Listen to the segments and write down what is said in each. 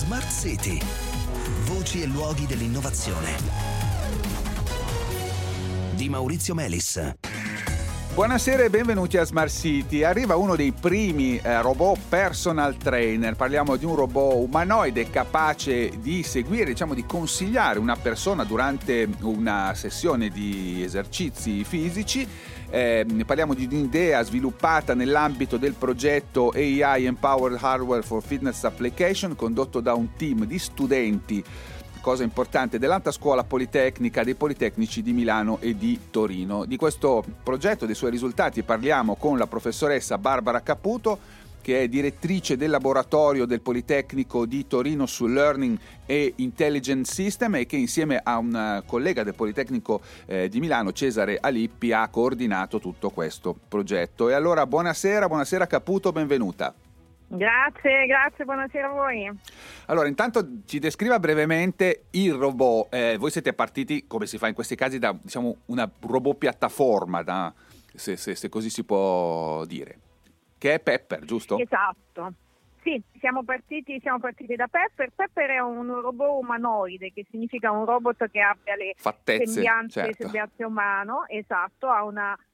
Smart City. Voci e luoghi dell'innovazione. Di Maurizio Melis. Buonasera e benvenuti a Smart City. Arriva uno dei primi robot personal trainer. Parliamo di un robot umanoide capace di seguire, di consigliare una persona durante una sessione di esercizi fisici. Parliamo di un'idea sviluppata nell'ambito del progetto AI Empowered Hardware for Fitness Application, condotto da un team di studenti, cosa importante, dell'Alta Scuola Politecnica, dei Politecnici di Milano e di Torino. Di questo progetto, dei suoi risultati, parliamo con la professoressa Barbara Caputo, che è direttrice del laboratorio del Politecnico di Torino su Learning e Intelligent System e che insieme a un collega del Politecnico di Milano, Cesare Alippi, ha coordinato tutto questo progetto. E allora buonasera Caputo, benvenuta. Grazie, buonasera a voi. Allora, intanto ci descriva brevemente il robot. Voi siete partiti, come si fa in questi casi, da una robot piattaforma, se così si può dire, che è Pepper, giusto? Esatto. Sì, siamo partiti da Pepper. Pepper è un robot umanoide, che significa un robot che abbia le sembianze umano, esatto, ha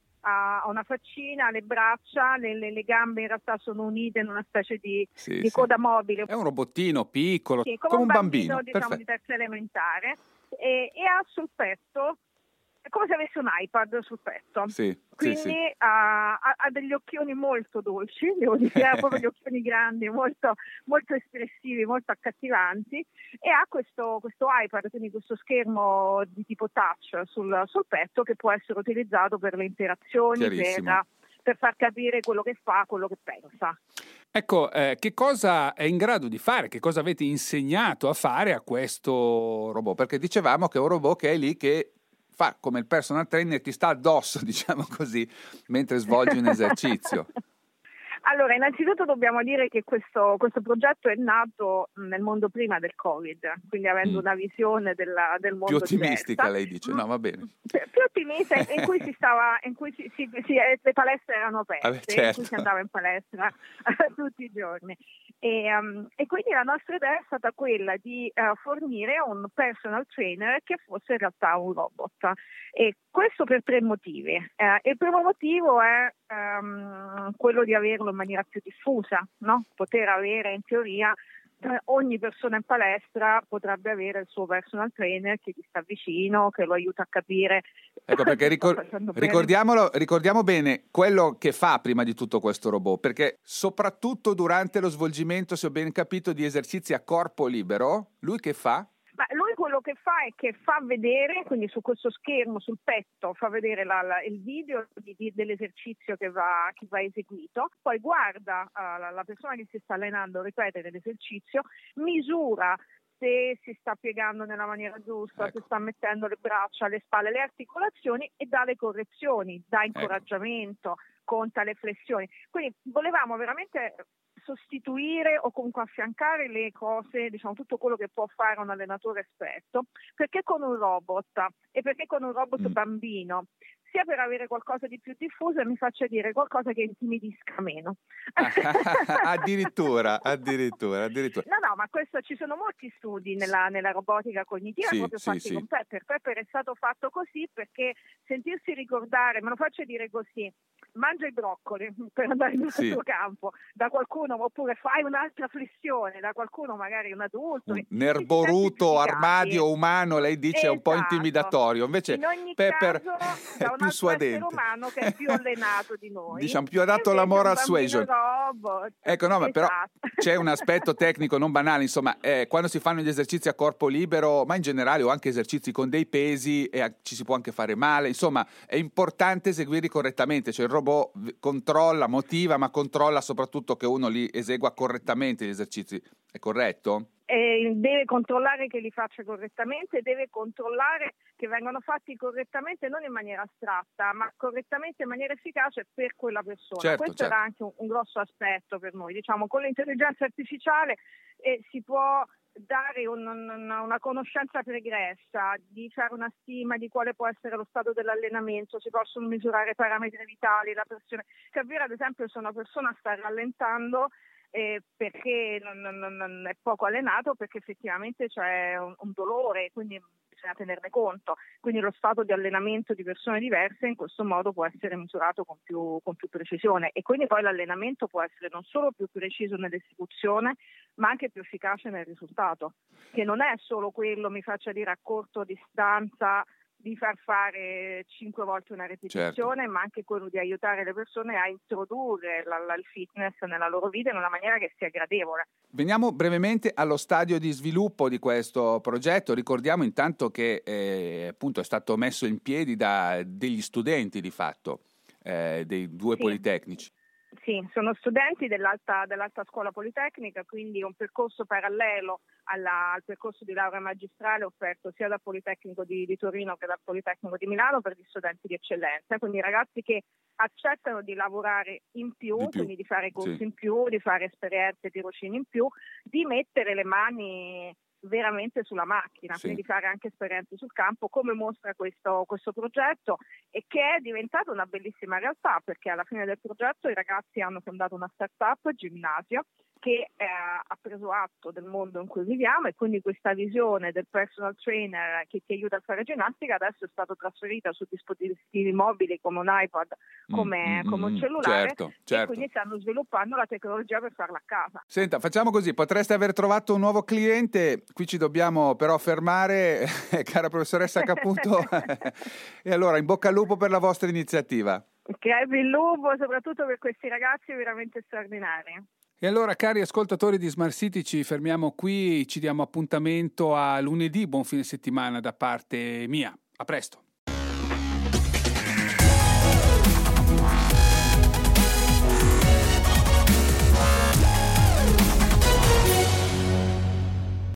una faccina, le braccia, le gambe in realtà sono unite in una specie di coda mobile. È un robottino piccolo, sì, come un bambino di terza elementare, e ha sul petto, è come se avesse un iPad sul petto. Quindi ha degli occhioni molto dolci, devo dire, ha proprio gli occhioni grandi, molto, molto espressivi, molto accattivanti, e ha questo iPad, quindi questo schermo di tipo touch sul petto, che può essere utilizzato per le interazioni, per far capire quello che fa, quello che pensa. Ecco, che cosa è in grado di fare? Che cosa avete insegnato a fare a questo robot? Perché dicevamo che è un robot che è lì, che fa come il personal trainer, ti sta addosso, diciamo così, mentre svolgi un esercizio. Allora, innanzitutto dobbiamo dire che questo progetto è nato nel mondo prima del Covid, quindi avendo una visione del mondo più ottimistica, diversa. Lei dice, no, va bene. Più ottimista, in cui le palestre erano aperte, certo. in cui si andava in palestra tutti i giorni. E quindi la nostra idea è stata quella di fornire un personal trainer che fosse in realtà un robot. E questo per 3 motivi. Il primo motivo è quello di averlo in maniera più diffusa, no? Poter avere in teoria ogni persona in palestra potrebbe avere il suo personal trainer che gli sta vicino, che lo aiuta a capire. Ecco, perché ricordiamo bene quello che fa prima di tutto questo robot, perché soprattutto durante lo svolgimento, se ho ben capito, di esercizi a corpo libero, lui che fa? Ma lui quello che fa è che fa vedere, quindi su questo schermo, sul petto, fa vedere il video dell'esercizio che va eseguito, poi guarda la persona che si sta allenando ripetere l'esercizio, misura se si sta piegando nella maniera giusta, se sta mettendo le braccia, le spalle, le articolazioni, e dà le correzioni, dà incoraggiamento, conta le flessioni. Quindi volevamo veramente sostituire o comunque affiancare le cose, tutto quello che può fare un allenatore esperto, perché con un robot bambino, sia per avere qualcosa di più diffuso e mi faccia dire qualcosa che intimidisca meno. Addirittura. No, ma questo, ci sono molti studi nella robotica cognitiva proprio fatti con Pepper. Pepper è stato fatto così perché sentirsi ricordare, me lo faccio dire così, mangia i broccoli per andare nel tuo campo da qualcuno, oppure fai un'altra flessione da qualcuno, magari un adulto. Un nerboruto armadio umano, lei dice, è un po' intimidatorio. Invece in ogni Pepper caso, è più suadente, umano che è più allenato di noi, più adatto alla moral suasion. Ecco, no, ma però c'è un aspetto tecnico non banale, insomma, quando si fanno gli esercizi a corpo libero, ma in generale, o anche esercizi con dei pesi, ci si può anche fare male, insomma, è importante eseguirli correttamente, cioè il robot controlla, motiva, ma controlla soprattutto che uno li esegua correttamente gli esercizi, è corretto? Deve controllare che li faccia correttamente, deve controllare che vengano fatti correttamente, non in maniera astratta, ma correttamente in maniera efficace per quella persona. Questo era anche un grosso aspetto per noi. Con l'intelligenza artificiale si può dare una conoscenza pregressa, di fare una stima di quale può essere lo stato dell'allenamento, si possono misurare parametri vitali, la pressione, capire ad esempio se una persona sta rallentando perché non è poco allenato, perché effettivamente c'è un dolore, quindi bisogna tenerne conto. Quindi lo stato di allenamento di persone diverse in questo modo può essere misurato con più precisione, e quindi poi l'allenamento può essere non solo più preciso nell'esecuzione, ma anche più efficace nel risultato, che non è solo quello, mi faccia dire, a corto distanza, di far fare 5 volte una ripetizione, certo, ma anche quello di aiutare le persone a introdurre il fitness nella loro vita in una maniera che sia gradevole. Veniamo brevemente allo stadio di sviluppo di questo progetto. Ricordiamo intanto che appunto è stato messo in piedi da degli studenti di fatto, dei due politecnici. Sì, sono studenti dell'alta scuola politecnica, quindi un percorso parallelo al percorso di laurea magistrale offerto sia dal Politecnico di Torino che dal Politecnico di Milano per gli studenti di eccellenza, quindi ragazzi che accettano di lavorare in più, quindi di fare corsi in più, di fare esperienze, tirocini in più, di mettere le mani veramente sulla macchina, quindi fare anche esperienze sul campo, come mostra questo progetto, e che è diventato una bellissima realtà, perché alla fine del progetto i ragazzi hanno fondato una startup, Ginnasio, che ha preso atto del mondo in cui viviamo, e quindi questa visione del personal trainer che ti aiuta a fare ginnastica adesso è stata trasferita su dispositivi mobili come un iPad, come un cellulare, certo. E quindi stanno sviluppando la tecnologia per farla a casa. Senta, facciamo così, potreste aver trovato un nuovo cliente, qui ci dobbiamo però fermare, cara professoressa Caputo, e allora in bocca al lupo per la vostra iniziativa. Crepi il lupo, soprattutto per questi ragazzi veramente straordinari. E allora, cari ascoltatori di Smart City, ci fermiamo qui, ci diamo appuntamento a lunedì. Buon fine settimana da parte mia. A presto.